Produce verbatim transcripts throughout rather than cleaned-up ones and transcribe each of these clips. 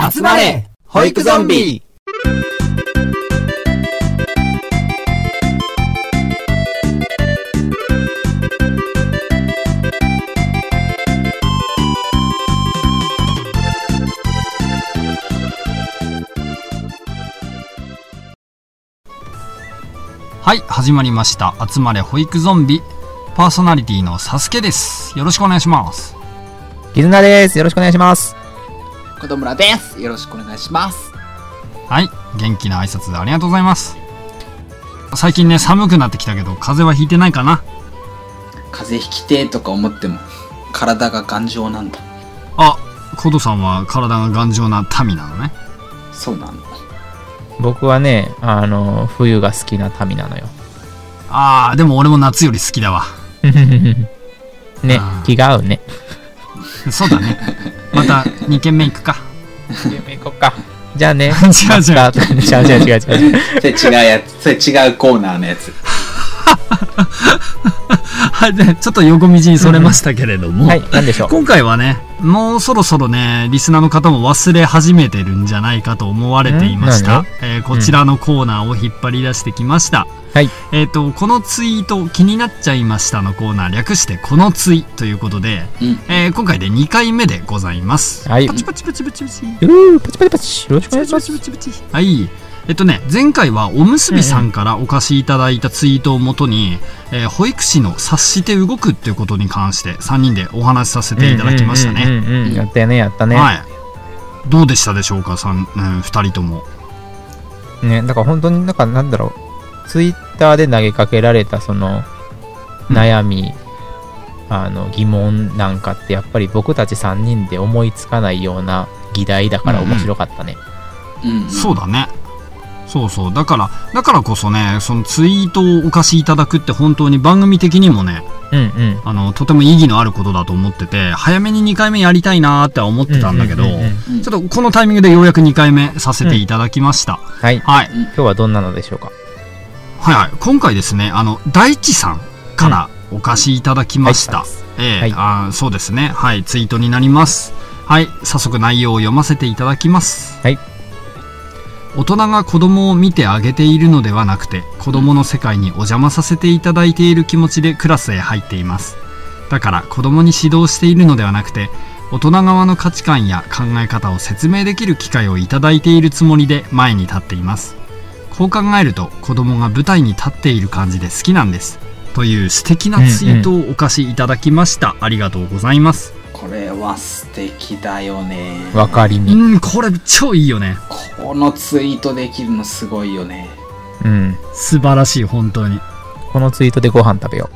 集まれ保育ゾンビ。 はい、始まりました。集まれ保育ゾンビ。パーソナリティのサスケです。よろしくお願いします。 キズナです。よろしくお願いします。 子供らです。よろしくお願いします。 はい、元気な挨拶でありがとうございます。最近ね、寒くなってきたけど風邪はひいてないかな。 風邪ひきてーとか思っても体が頑丈なんだ。 あ、コドさんは体が頑丈な民なのね。 そうなの。 僕はね、あの冬が好きな民なのよ。 あー、でも俺も夏より好きだわ。 ね、気が合うね。 そうだね。またに軒目行くか。 に軒目行こっか。じゃあね。違う違う違う違う違う違う違う。 それ違うやつ。それ違うコーナーのやつ。 はい、ちょっと横道にそれましたけれども、 うん、はい、何でしょう。 今回はね、もうそろそろね、リスナーの方も忘れ始めてるんじゃないかと思われていました。えー、こちらのコーナーを引っ張り出してきました。 はい。 えっと、このツイート気になっちゃいましたのコーナー、略してこのツイということで、うん、えー、今回でにかいめでございます。 はい。 パチパチパチパチパチ。 うー、パチパチパチ。よろしくお願いします。 パチパチパチパチ。はい。えっとね、前回はおむすびさんからお貸しいただいたツイートをもとに、うんうん、えー、保育士の察して動くっていうことに関してさんにんでお話しさせていただきましたね。 うんうんうんうん、やったよね、やったね。 はい。どうでしたでしょうか、さん、うん、ふたりとも。 ね、だから本当になんかなんだろう、ツイッターで投げかけられたその悩み、うん、あの疑問なんかってやっぱり僕たちさんにんで思いつかないような議題だから面白かったね。 うんうん、そうだね。そうそう。だから、だからこそね、そのツイートをお貸しいただくって本当に番組的にもね、うんうん、あの、とても意義のあることだと思ってて、早めににかいめやりたいなーって思ってたんだけど、ちょっとこのタイミングでようやくにかいめさせていただきました。 うん、はい。はい。今日はどんなのでしょうか。 はいはい。今回ですね、あの、大地さんからお貸しいただきました。うん、ええーはい、あ、そうですね。はい、ツイートになります。はい、早速内容を読ませていただきます。 はい。 大人が子供を見てあげているのではなくて、子供の世界にお邪魔させていただいている気持ちでクラスへ入っています。だから子供に指導しているのではなくて、大人側の価値観や考え方を説明できる機会をいただいているつもりで前に立っています。こう考えると子供が舞台に立っている感じで好きなんです。という素敵なツイートをお貸しいただきました。うんうん、ありがとうございます。 これは素敵だよね。 わかりみ。 うん、これ超いいよね。 このツイートできるのすごいよね。 うん、素晴らしい。本当にこのツイートでご飯食べよう。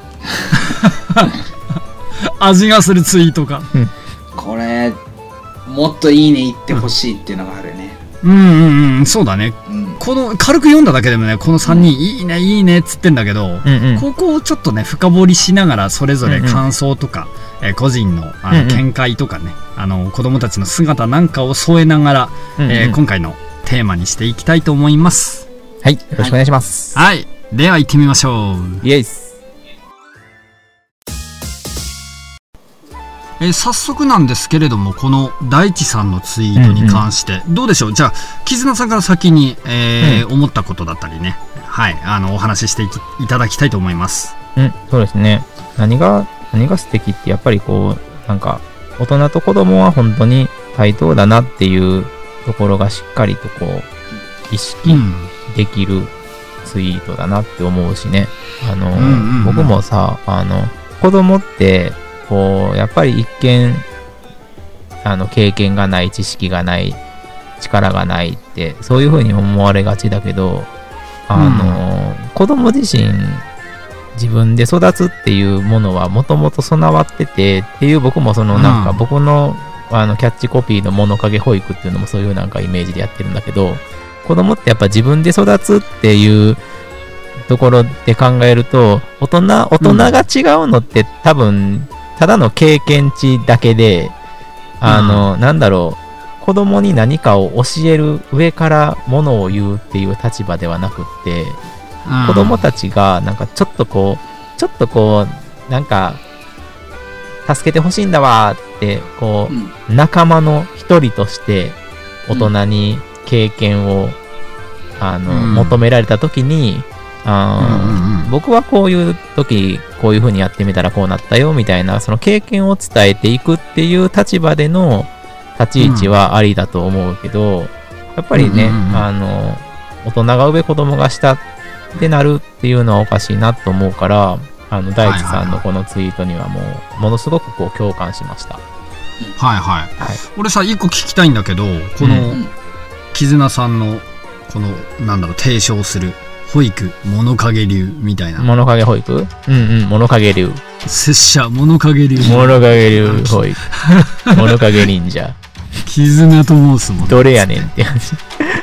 味がするツイートか、 うん、これもっといいね言ってほしいっていうのがあるね。 うんうんうん、そうだね、うん、この軽く読んだだけでもね、このさんにん、うん、いいねいいねっつってんだけど、うんうん、ここをちょっとね深掘りしながらそれぞれ感想とか、うんうん、えー、個人のあの見解とかね、うんうん、あの子供たちの姿なんかを添えながら、うんうん、えー、今回のテーマにしていきたいと思います。 はい、よろしくお願いします。 はい、はい、では行ってみましょう。 イエス。 えー、早速なんですけれども、この大地さんのツイートに関して、うんうん、どうでしょう。じゃあ絆さんから先に、えーうん、思ったことだったりね、はい、あのお話ししてい, きいただきたいと思います。 うん、そうですね。何が何が素敵ってやっぱりこうなんか大人と子供は本当に対等だなっていうところがしっかりとこう意識できるツイートだなって思うしね。あの、うんうんうん、僕もさ、あの子供ってこうやっぱり一見あの経験がない、知識がない、力がないってそういう風に思われがちだけど、あの、うん、子供自身自分で育つっていうものはもともと備わっててっていう、僕もそのなんか僕の、うん、あのキャッチコピーの物陰保育っていうのもそういうなんかイメージでやってるんだけど、子供ってやっぱ自分で育つっていうところで考えると、大人大人が違うのって多分ただの経験値だけで、あの、うん、なんだろう、子供に何かを教える、上からものを言うっていう立場ではなくって、うん、子供たちがなんかちょっとこうちょっとこうなんか助けてほしいんだわってこう、うん、仲間の一人として大人に経験を、あの、 うん求められた時に、あーうんうんうん僕はこういう時こういう風にやってみたらこうなったよみたいなその経験を伝えていくっていう立場での立ち位置はありだと思うけど、やっぱりね、 うんうんうんあの大人が上子供が下ってなるっていうのはおかしいなと思うから、あの大地さんのこのツイートにはもうものすごくこう共感しました。 はいはい。 はい。 俺さ一個聞きたいんだけど、この、 うん絆さんのこのなんだろう提唱する保育物陰流みたいな、 物陰保育うんうん物陰流拙者物陰流物陰流保育物陰忍者絆と申すものどれやねんって話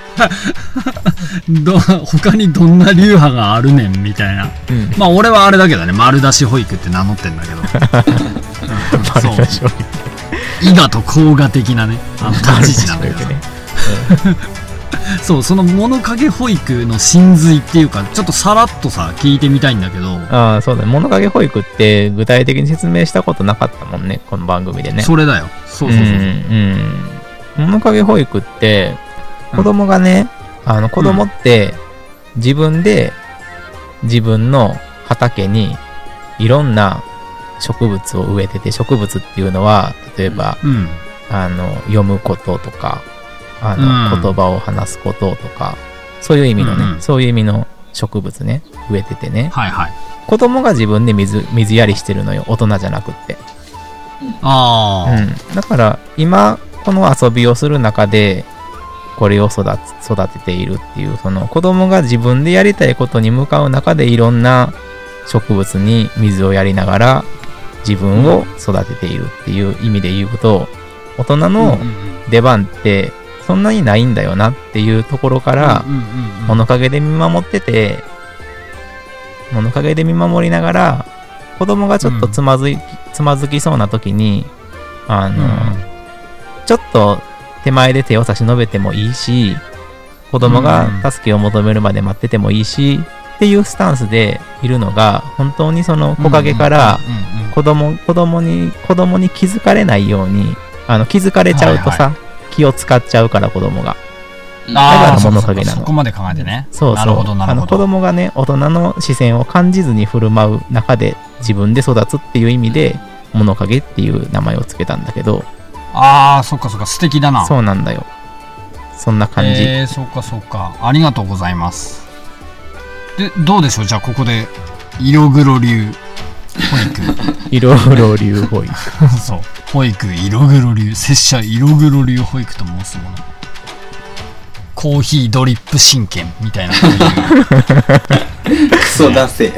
ど他にどんな流派があるねんみたいな。 うんまあ俺はあれだけどね、丸出し保育って名乗ってんだけど丸出し保育伊賀と甲賀的なねあの立ち位置なんだけど丸出し保育ねそうその物陰保育の真髄っていうかちょっとさらっとさ聞いてみたいんだけど、 ああ、そうだね。物陰保育って具体的に説明したことなかったもんね、この番組でね。 それだよ。そうそうそうそう、 うん、うん。物陰保育って、子供がね、あの子供って自分で自分の畑にいろんな植物を植えてて、植物っていうのは、例えば、 うんあの、読むこととか、あの、 うん言葉を話すこととか、そういう意味のね、 うんうんそういう意味の植物ね、植えててね。 はいはい。 子供が自分で水水やりしてるのよ、大人じゃなくって。 ああ、 うん、だから今この遊びをする中でこれを育つ育てているっていう、その子供が自分でやりたいことに向かう中でいろんな植物に水をやりながら自分を育てているっていう意味で言うと、大人の出番ってそんなにないんだよなっていうところから物陰で見守ってて、物陰で見守りながら子供がちょっとつまずい、つまずきそうな時にあの、ちょっと手前で手を差し伸べてもいいし、子供が助けを求めるまで待っててもいいしっていうスタンスでいるのが、本当にその木陰から子供子供に子供に気づかれないように、あの気づかれちゃうとさ、 はい気を使っちゃうから子供が。 うんだあから物陰なの。 そこまで考えてね。 そうそう。 なるほどなるあの子ほど。 供がね、大人の視線を感じずに振る舞う中で自分で育つっていう意味で、物陰っていう名前をつけたんだけど、 ああそっかそっか素敵だな。 そうなんだよ。そんな感じ。 えー、そっかそっかありがとうございます。でどうでしょう、じゃあここで色黒流保育いろいろ流保育。 そう保育色黒流拙者色黒流保育と申すもの、コーヒードリップ真剣みたいなこういうクソ出せ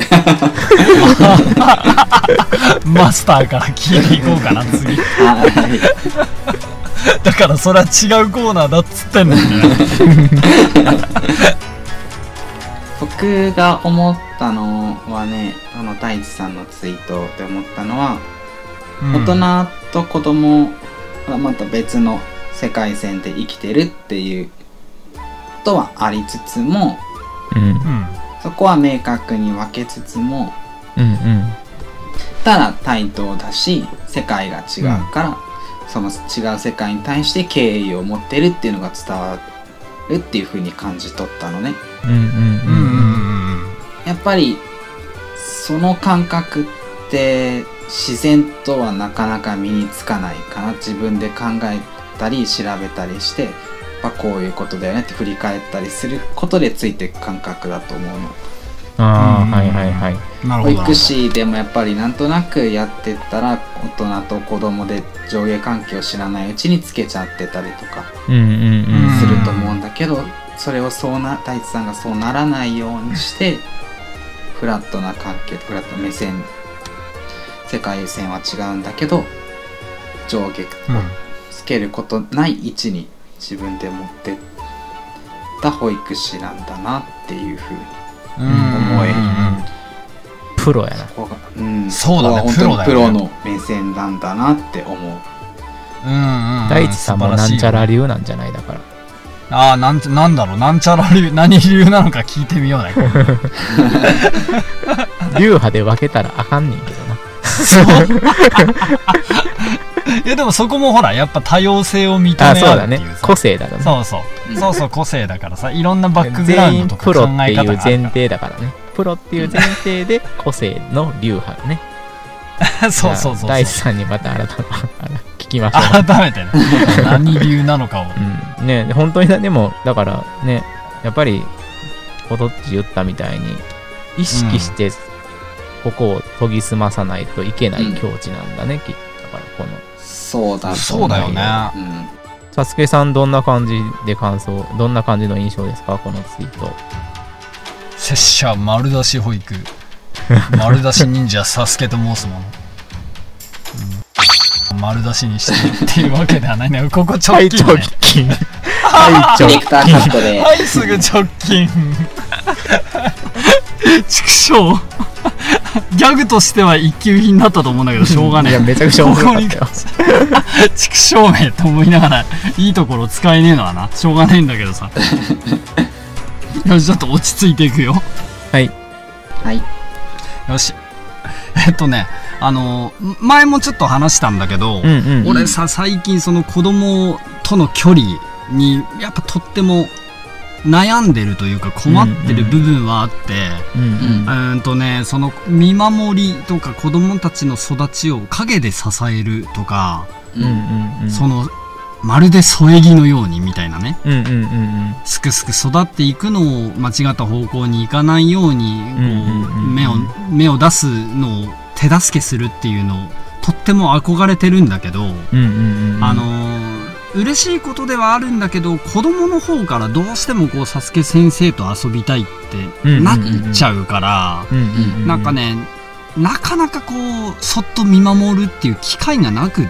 マスターから聞いていこうかな次。 はいだからそれは違うコーナーだっつってんのにね。 僕が思ったのはね、あの太一さんのツイートで思ったのは、 うん大人と子供はまた別の世界線で生きてるっていうことはありつつも、 うん。 うんそこは明確に分けつつも、 うんうん。 ただ対等だし世界が違うから、うん、その違う世界に対して敬意を持ってるっていうのが伝わるっていう風に感じ取ったのね。 うんうんうんうん。 やっぱりその感覚って自然とはなかなか身につかないかな。自分で考えたり調べたりして、やっぱこういうことだよねって振り返ったりすることでついていく感覚だと思うの。 ああ、はいはいはい。 なるほど。 保育士でもやっぱりなんとなくやってったら大人と子供で上下関係を知らないうちにつけちゃってたりとかうんうんうん。 すると思うんだけど、それをそうな太一さんがそうならないようにしてフラットな関係、フラット目線、世界線は違うんだけど上下をつけることない位置に自分で持ってった保育士なんだなっていうふうに思える。 プロやな。 ここが、うん、 そうだね、 ここはプロだよね。 本当にプロの目線なんだなって思う。 うんうん、 大地さんもなんちゃら流なんじゃないだから。 ああ、なんて、なんだろう、なんちゃら流、何流なのか聞いてみようね。 流派で分けたらあかんねんけどな。 そう。 いやでもそこもほらやっぱ多様性を認め合うっていうさ、 あ、そうだね、個性だからね。 そうそう、そうそう個性だからさ、いろんなバックグラウンドとか考え方があるから。 全員プロっていう前提だからね。プロっていう前提で個性の流派ね。 そうそうそうそう。 大地さんにまた改め聞きましょう。 改めてね、何流なのかを。 うん、ね、本当にでもだからね、やっぱりおどっち言ったみたいに意識してここを研ぎ澄まさないといけない境地なんだね、うん、きっとだからこの。 そうだそうだよね。 サスケさんどんな感じで感想、どんな感じの印象ですかこのツイート。 拙者丸出し保育丸出し忍者サスケと申すもの、うん、丸出しにしてっていうわけではないね。ここ直近ね。はい直近はい直近ディレクターカットではいすぐ直近畜生ギャグとしては一級品だったと思うんだけどしょうがねえ。 いやめちゃくちゃ面白かったよ畜生めと思いながらいいところ使えねえのはなしょうがねえんだけどさよしちょっと落ち着いていくよ。 はいはいよしえっとねあの前もちょっと話したんだけど、 うんうんうん、 俺さ最近その子供との距離にやっぱとっても悩んでるというか困ってる部分はあって、うんうん、うんとねその見守りとか子供たちの育ちを陰で支えるとか、うんうんうん、そのまるで添え木のようにみたいなね、うんうんうんうん、すくすく育っていくのを間違った方向に行かないようにこう、うんうんうん、目を芽を出すのを手助けするっていうのをとっても憧れてるんだけど、うんうんうん、あのー、嬉しいことではあるんだけど子供の方からどうしてもこうサスケ先生と遊びたいってなっちゃうから、うんうんうん、なんかねなかなかこうそっと見守るっていう機会がなくって、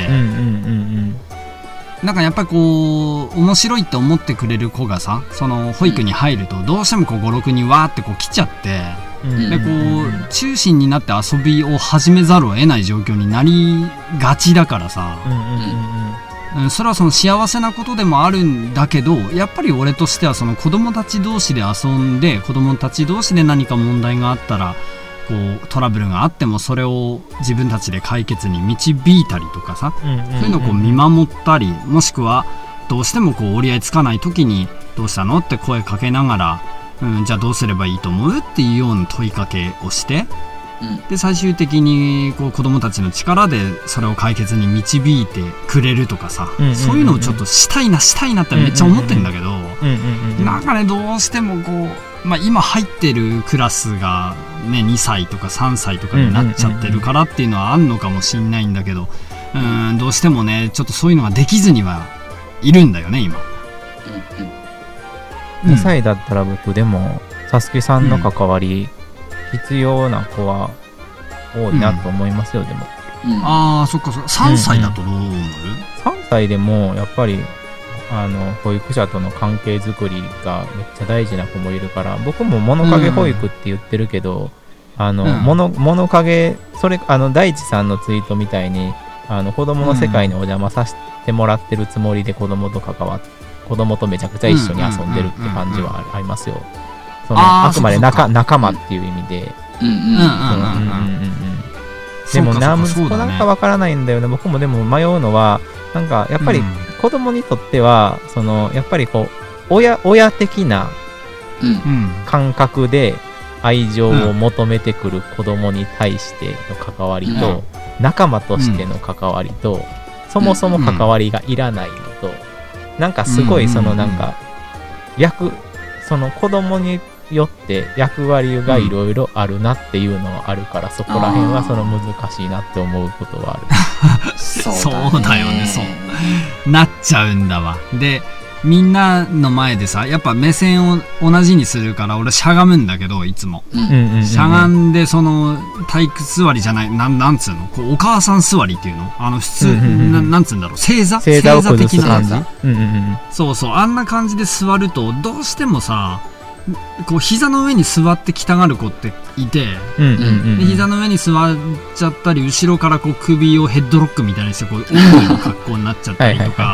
うんうんうんうんなんかやっぱりこう面白いって思ってくれる子がさその保育に入るとどうしてもこうごろくにわーってこう来ちゃって、うん、でこう中心になって遊びを始めざるを得ない状況になりがちだからさ、うんうん、それはその幸せなことでもあるんだけどやっぱり俺としてはその子供たち同士で遊んで子供たち同士で何か問題があったらこうトラブルがあってもそれを自分たちで解決に導いたりとかさ、うんうんうんうん、そういうのをこう見守ったりもしくはどうしてもこう折り合いつかない時にどうしたのって声かけながら、うん、じゃあどうすればいいと思うっていうような問いかけをして、うん、で最終的にこう子どもたちの力でそれを解決に導いてくれるとかさ、うんうんうんうん、そういうのをちょっとしたいなしたいなってめっちゃ思ってるんだけど、うんうんうんうん、なんかねどうしてもこうまあ、今入ってるクラスが、ね、にさいとかさんさいとかになっちゃってるからっていうのはあんのかもしんないんだけど、うーんどうしてもねちょっとそういうのができずにはいるんだよね今。 にさいだったら僕でもサスケさんの関わり、うん、必要な子は多いなと思いますよ、うん、でも、 うん、ああそっかそっかさんさいだとどう思う、うんうん、 さんさいでもやっぱりあの保育者との関係づくりがめっちゃ大事な子もいるから僕も物陰保育って言ってるけど、うん、あの、うん、物, 物陰それあの大地さんのツイートみたいにあの子供の世界にお邪魔させてもらってるつもりで子供と関わって子供とめちゃくちゃ一緒に遊んでるって感じはありますよ。その あ, あくまで 仲, 仲間っていう意味ででも何息子なんかわからないんだよね。僕もでも迷うのはなんかやっぱり、うん子供にとってはそのやっぱりこう 親, 親的な感覚で愛情を求めてくる子供に対しての関わりと、うん、仲間としての関わりと、うん、そもそも関わりがいらないのと、うん、なんかすごいそのなんか役その子供によって役割がいろいろあるなっていうのはあるから、うん、そこら辺はその難しいなって思うことはある。 そうだよねそうなっちゃうんだわ。でみんなの前でさやっぱ目線を同じにするから俺しゃがむんだけどいつも、うん、しゃがんでその体育座りじゃないな ん, なんつうのこうお母さん座りっていうのあの普通、うんうんうん、な, なんつうんだろう正座正座を崩す感じ、 うんうんうん、そうそうあんな感じで座るとどうしてもさこう膝の上に座ってきたがる子っていて、うんうんうん、で膝の上に座っちゃったり後ろからこう首をヘッドロックみたいにしてこう音楽の格好になっちゃったりとか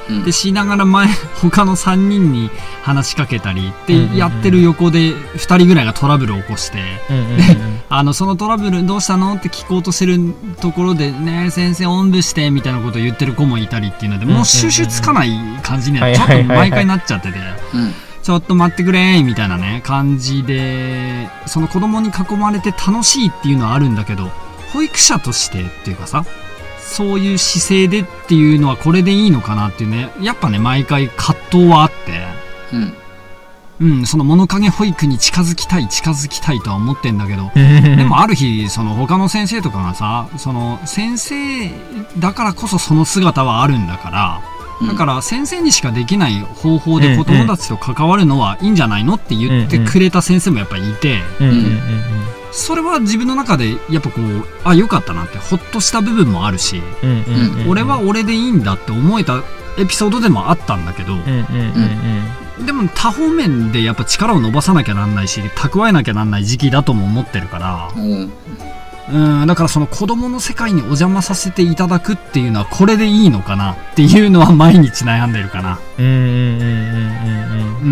うんでしながら前他のさんにんに話しかけたりってやってる横でふたりぐらいがトラブルを起こして、 うんうんうん、 であのそのトラブルどうしたのって聞こうとしてるところでね先生おんぶしてみたいなことを言ってる子もいたりっていうのでもう収集つかない感じにはちょっと毎回なっちゃってて、ちょっと待ってくれみたいなね感じで、その子供に囲まれて楽しいっていうのはあるんだけど、保育者としてっていうかさ、そういう姿勢でっていうのはこれでいいのかなっていうね、やっぱね毎回葛藤はあって、うん、うん、その物陰保育に近づきたい近づきたいとは思ってんだけどでもある日その他の先生とかがさ、その先生だからこそその姿はあるんだから、だから先生にしかできない方法で子供たちと関わるのはいいんじゃないのって言ってくれた先生もやっぱりいて、それは自分の中でやっぱこう、あ、良かったなってほっとした部分もあるし、俺は俺でいいんだって思えたエピソードでもあったんだけど、でも多方面でやっぱ力を伸ばさなきゃなんないし蓄えなきゃなんない時期だとも思ってるから、うん、だからその子供の世界にお邪魔させていただくっていうのはこれでいいのかなっていうのは毎日悩んでるかな。うんうんうんうんうん。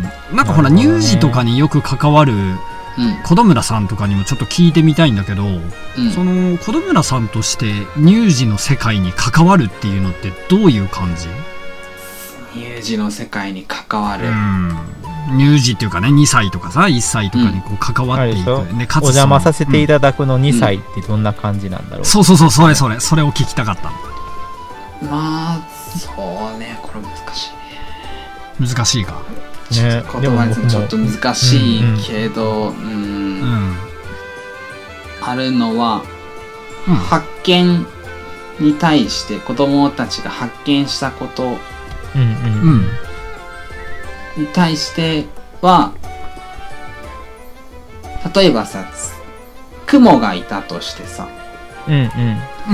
なんかほら乳児とかによく関わる子ど村さんとかにもちょっと聞いてみたいんだけど、うん、その子ど村さんとして乳児の世界に関わるっていうのってどういう感じ？ 乳児の世界に関わる、うん、 乳児っていうかねにさいとかさいっさいとかにこう関わっていく、 うんね、かつお邪魔させていただくのにさいってどんな感じなんだろう、うん、 そうそうそうそれそれそれを聞きたかったの。 まあそうね、これ難しいね。難しいか、 ね、言葉にするとちょっと難しいけど、うん、うんうん、あるのは、うん、発見に対して子供たちが発見したことに対しては、例えばさ雲がいたとしてさ、うんうん、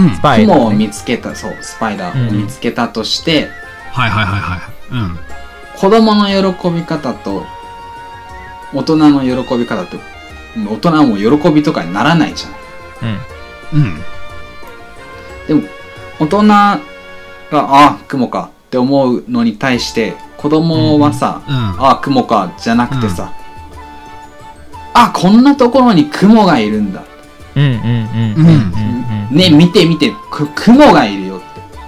スパイダーね、雲を見つけた、そうスパイダーを見つけたとして、うん、 はいはいはいはい、うん、 子供の喜び方と大人の喜び方って大人はもう喜びとかにならないじゃん。うん。うん。でも大人があ雲かって思うのに対して子供はさ、うんうん、あ雲かじゃなくてさ、うん、あこんなところに雲がいるんだ。うんうんうんうん。ね見て見て雲がいるよって。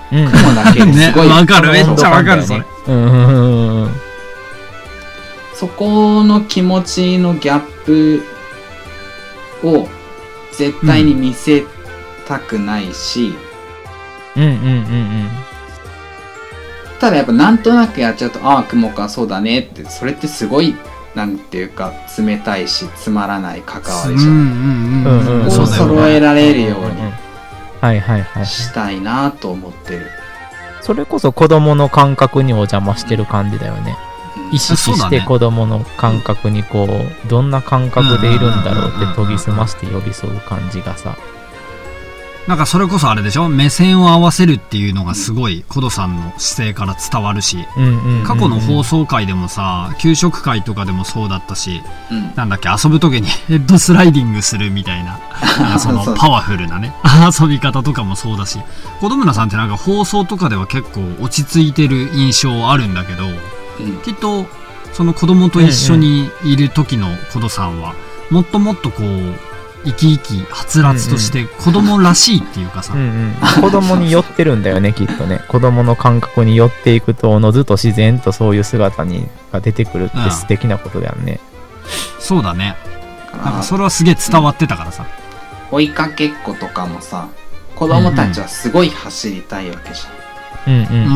うん、雲だけですごい。 わ、ね、かるめっちゃわかるそれ。うん。 そこの気持ちのギャップを絶対に見せたくないし、うん、うんうんうんうんただやっぱなんとなくやっちゃうとああ雲かそうだねってそれってすごいなんていうか冷たいしつまらない関わりじゃん。そこを揃えられるようにしたいなと思ってる。 それこそ子供の感覚にお邪魔してる感じだよね。意識して子供の感覚にこうどんな感覚でいるんだろうって研ぎ澄まして寄り添う感じがさ、 なんかそれこそあれでしょ、目線を合わせるっていうのがすごいコドさんの姿勢から伝わるし、過去の放送回でもさ給食会とかでもそうだったし、うん、なんだっけ遊ぶ時にヘッドスライディングするみたい な, なんかそのパワフルなね遊び方とかもそうだし、子供さんってなんか放送とかでは結構落ち着いてる印象あるんだけど、うん、きっとその子供と一緒にいる時のコドさんはもっともっとこう生き生きはつらつとして子供らしいっていうかさ、うんうん、 子供に寄ってるんだよねきっとね。子供の感覚に寄っていくとおのずと自然とそういう姿にが出てくるって素敵なことだよね、 うん、そうだね。なんかそれはすげえ伝わってたからさ、 うん、追いかけっことかもさ子供たちはすごい走りたいわけじゃん。うんうんうんうん。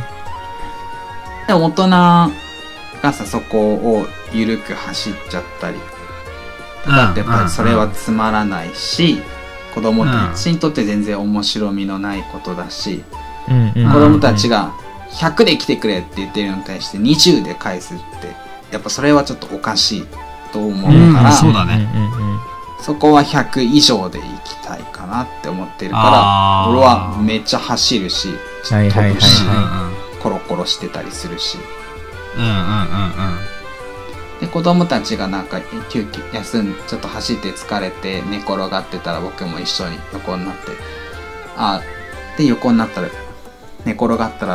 でも大人がさそこを緩く走っちゃったりだってやっぱりそれはつまらないし、うん、子供たちにとって全然面白みのないことだし、うん、子供たちがひゃくで来てくれって言ってるのに対してにじゅうで返すってやっぱそれはちょっとおかしいと思うから、うん、そうだね、そこはひゃく以上で行きたいかなって思ってるから俺はめっちゃ走るし飛ぶしコロコロしてたりするし、うんうんうんうんで子供たちがなんか休憩休んちょっと走って疲れて寝転がってたら僕も一緒に横になってあで横になったら寝転がったら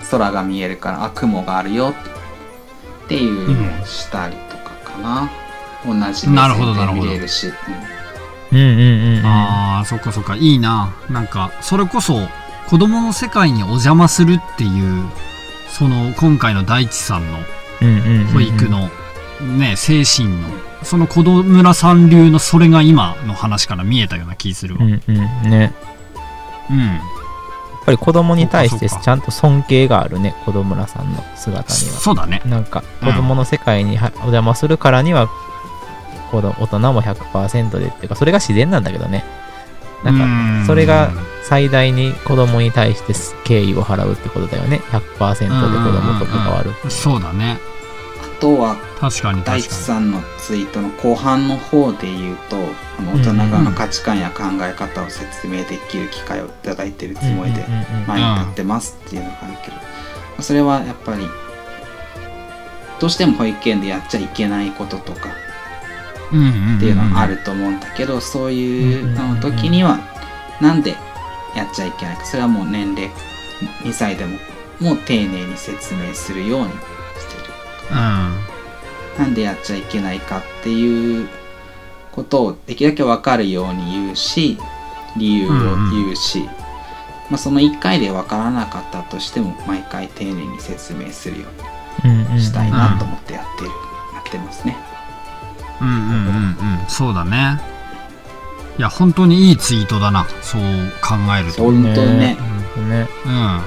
空が見えるからあ雲があるよっていうのをしたりとかかな、うん、同じ目線で見れるし、 うん、うんうんうんああそっかそっかいいな。なんかそれこそ子供の世界にお邪魔するっていうその今回の大地さんの保育のね精神のその子供村さん流のそれが今の話から見えたような気するわ。 うんうんね。 うん。やっぱり子供に対してちゃんと尊敬があるね、子供村さんの姿には。 そうだね。 なんか子供の世界には、うん、お邪魔するからには子供大人も ひゃくパーセント でっていうかそれが自然なんだけどね。なんかそれが最大に子供に対して敬意を払うってことだよね。 ひゃくパーセント で子供と関わる、 うんうん、そうだね。 あとは確かに大地さんのツイートの後半の方で言うとあの大人側の価値観や考え方を説明できる機会をいただいているつもりで前に立ってますっていうのがあるけど、それはやっぱりどうしても保育園でやっちゃいけないこととかっていうのはあると思うんだけど、そういうの時にはなんでやっちゃいけないか、それはもう年齢にさいでももう丁寧に説明するようにしてる、うん、なんでやっちゃいけないかっていうことをできるだけ分かるように言うし理由を言うし、うんうんまあ、そのいっかいで分からなかったとしても毎回丁寧に説明するようにしたいなと思ってやってる、うんうん、やってますね。 うんうんうんうんそうだね。いや本当にいいツイートだな、そう考えると。 本当にね、 うんね、 うん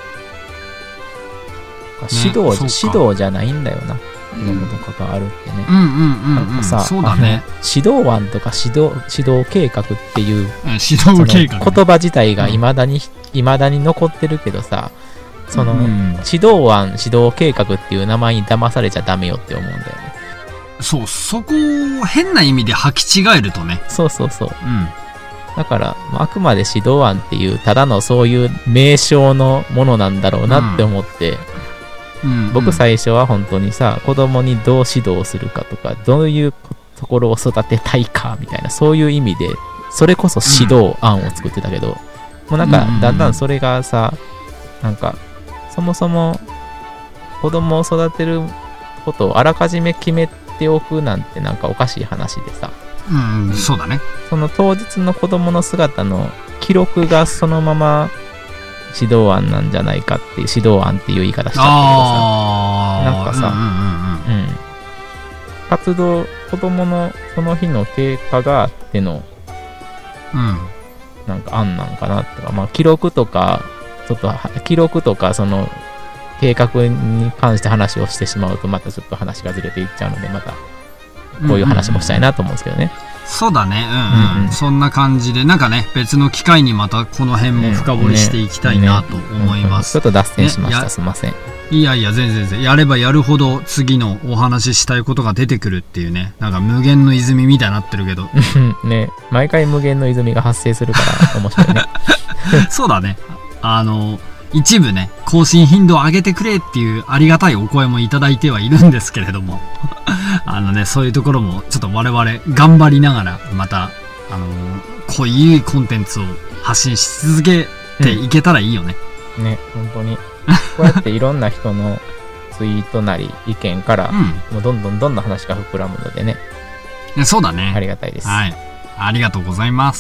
指導、ね、指導じゃないんだよな、子供と関わるってね。 うんうんうんうん、 なんかさ、 そうだね。 指導案とか指導指導計画っていう、うん、 指導計画、 言葉自体がいまだに、いまだに残ってるけどさ、その、うん、指導案指導計画っていう名前に騙されちゃダメよって思うんだよね。 そう、そこを変な意味で履き違えるとね。 そうそうそう。 うん。 だから、あくまで指導案っていうただのそういう名称のものなんだろうなって思って、うんうんうん、僕最初は本当にさ、子供にどう指導するかとか、どういうところを育てたいかみたいな、そういう意味で、それこそ指導案を作ってたけど、うん、もうなんかだんだんそれがさ、なんかそもそも子供を育てることをあらかじめ決めておくなんてなんかおかしい話でさ、 うんうん、そうだね。 その当日の子供の姿の記録がそのまま指導案なんじゃないかっていう、指導案っていう言い方しちゃったけどさ、なんかさ、うんうんうんうん、活動、子供のその日の経過があっての、うん、なんか案なんかなとか、まあ記録とか、ちょっと記録とかその計画に関して話をしてしまうとまたちょっと話がずれていっちゃうので、またこういう話もしたいなと思うんですけどね。 うんうんうん、そうだね、うんうんうん、そんな感じでなんかね、別の機会にまたこの辺も深掘りしていきたいなと思います。 ちょっと脱線しました、ね、すいません。 いやいや全然全然、やればやるほど次のお話ししたいことが出てくるっていうね、なんか無限の泉みたいになってるけどね、毎回無限の泉が発生するから面白いねそうだね、あの一部ね更新頻度を上げてくれっていうありがたいお声もいただいてはいるんですけれどもあのね、そういうところもちょっと我々頑張りながらまたあのー、濃いコンテンツを発信し続けていけたらいいよね、 うん、ね、本当にこうやっていろんな人のツイートなり意見から、うん、もうどんどんどんどん話が膨らむのでね、 そうだね、 ありがたいです。 はい、ありがとうございます。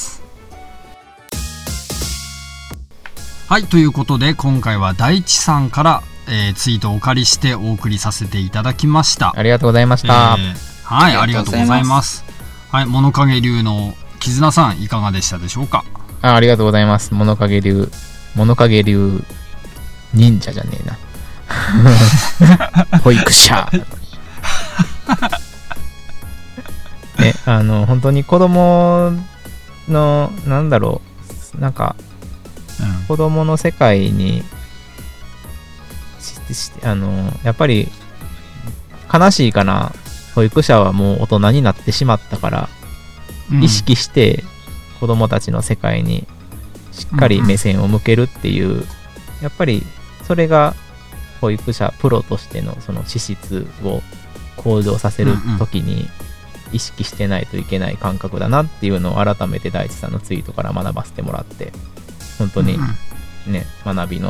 はい、ということで今回は大地さんから、えー、ツイートをお借りしてお送りさせていただきました。 ありがとうございました。 えー、はい、ありがとうございます。はい、物影流の絆さんいかがでしたでしょうか。 あ、ありがとうございます。物影流、物影流忍者じゃねえな。保育者。ね、あの本当に子供のなんだろう、なんか。うん、子供の世界にししあのやっぱり悲しいかな、保育者はもう大人になってしまったから、うん、意識して子供たちの世界にしっかり目線を向けるっていう、うんうん、やっぱりそれが保育者プロとしてのその資質を向上させるときに意識してないといけない感覚だなっていうのを改めて大地さんのツイートから学ばせてもらって、本当にね、うんうん、学びの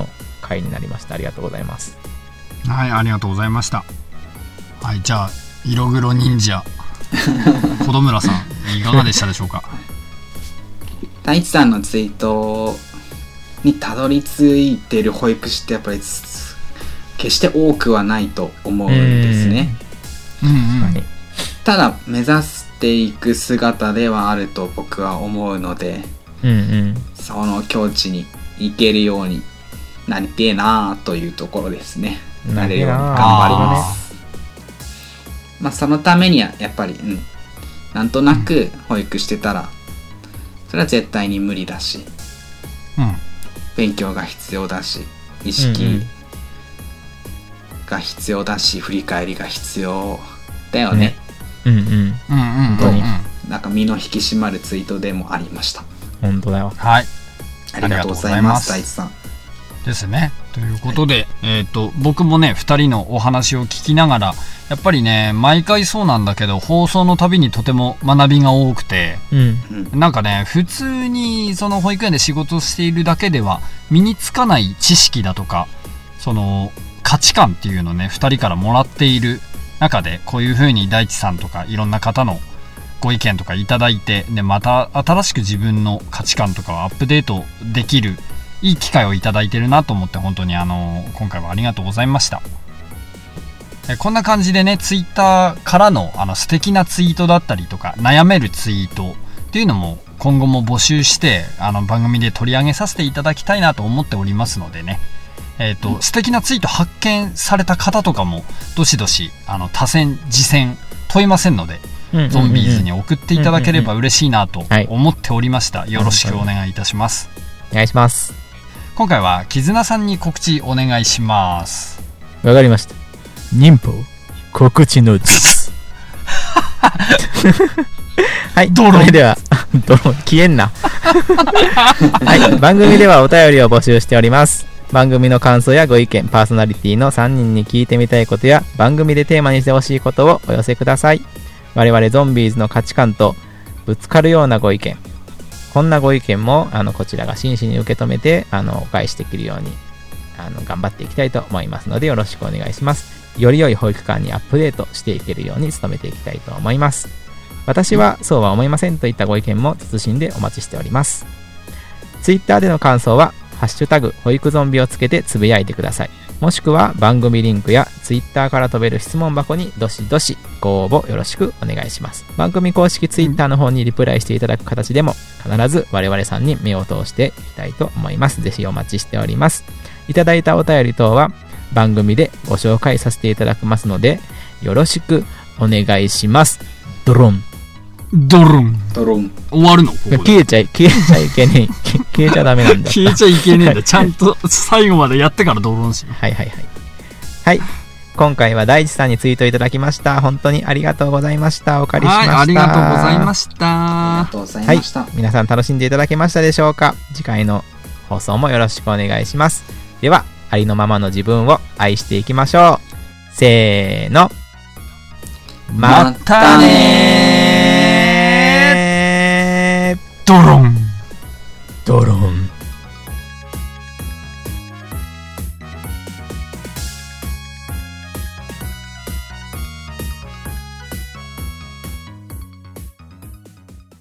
回になりました。ありがとうございます。 はい、ありがとうございました。はい、じゃあ色黒忍者小戸村さんいかがでしたでしょうか。 大地さんのツイートにたどり着いてる保育士ってやっぱり決して多くはないと思うんですね。 うんうん、 ただ目指していく姿ではあると僕は思うので、 うんうん、 その境地に行けるようになりてえなというところですね。なれるように頑張ります。まあそのためにはやっぱり、うん、なんとなく保育してたらそれは絶対に無理だし、 うん、 勉強が必要だし、意識が必要だし、うんうん、振り返りが必要だよね。 うんうん。 本当になんか身の引き締まるツイートでもありました。 本当だよ。 はい。 ありがとうございます、大地さん。 ですね。ということで、はい、えっと僕もねふたりのお話を聞きながらやっぱりね毎回そうなんだけど放送のたびにとても学びが多くて、 うん、 なんかね普通にその保育園で仕事をしているだけでは身につかない知識だとかその価値観っていうのをねふたりからもらっている中でこういう風に大地さんとかいろんな方のご意見とかいただいてでまた新しく自分の価値観とかをアップデートできるいい機会をいただいてるなと思って本当にあの今回はありがとうございました。えこんな感じでねツイッターからのあの素敵なツイートだったりとか悩めるツイートっていうのも今後も募集してあの番組で取り上げさせていただきたいなと思っておりますのでね、えーとうん、素敵なツイート発見された方とかもどしどしあの多選次選問いませんので、うんうんうん、ゾンビーズに送っていただければ嬉しいなと思っておりました、うんうんうん、よろしくお願いいたします。 お願いします。 今回は絆さんに告知お願いします。 わかりました。忍法告知の術はい、それでは消えんなはい、番組ではお便りを募集しております。番組の感想やご意見、パーソナリティのさんにんに聞いてみたいことや番組でテーマにしてほしいことをお寄せください。我々ゾンビーズの価値観とぶつかるようなご意見、こんなご意見もあのこちらが真摯に受け止めてあのお返しできるようにあの頑張っていきたいと思いますのでよろしくお願いします。より良い保育館にアップデートしていけるように努めていきたいと思います。私はそうは思いませんといったご意見も謹んでお待ちしております。ツイッターでの感想はハッシュタグ保育ゾンビをつけてつぶやいてください。もしくは番組リンクやツイッターから飛べる質問箱にどしどしご応募よろしくお願いします。番組公式ツイッターの方にリプライしていただく形でも必ず我々さんに目を通していきたいと思います。ぜひお待ちしております。いただいたお便り等は番組でご紹介させていただきますのでよろしくお願いします。ドロンドロンドロン終わるのここで消えちゃい消えちゃいけねえ消えちゃダメなんだ消えちゃいけねえんだちゃんと最後までやってからドロンしよう。 はいはいはいはい、今回は大地さんにツイートいただきました。本当にありがとうございました。お借りしました。 はい、ありがとうございました。 ありがとうございました。 はい、皆さん楽しんでいただけましたでしょうか。次回の放送もよろしくお願いします。ではありのままの自分を愛していきましょう。せーの、 またねー。 ドロン。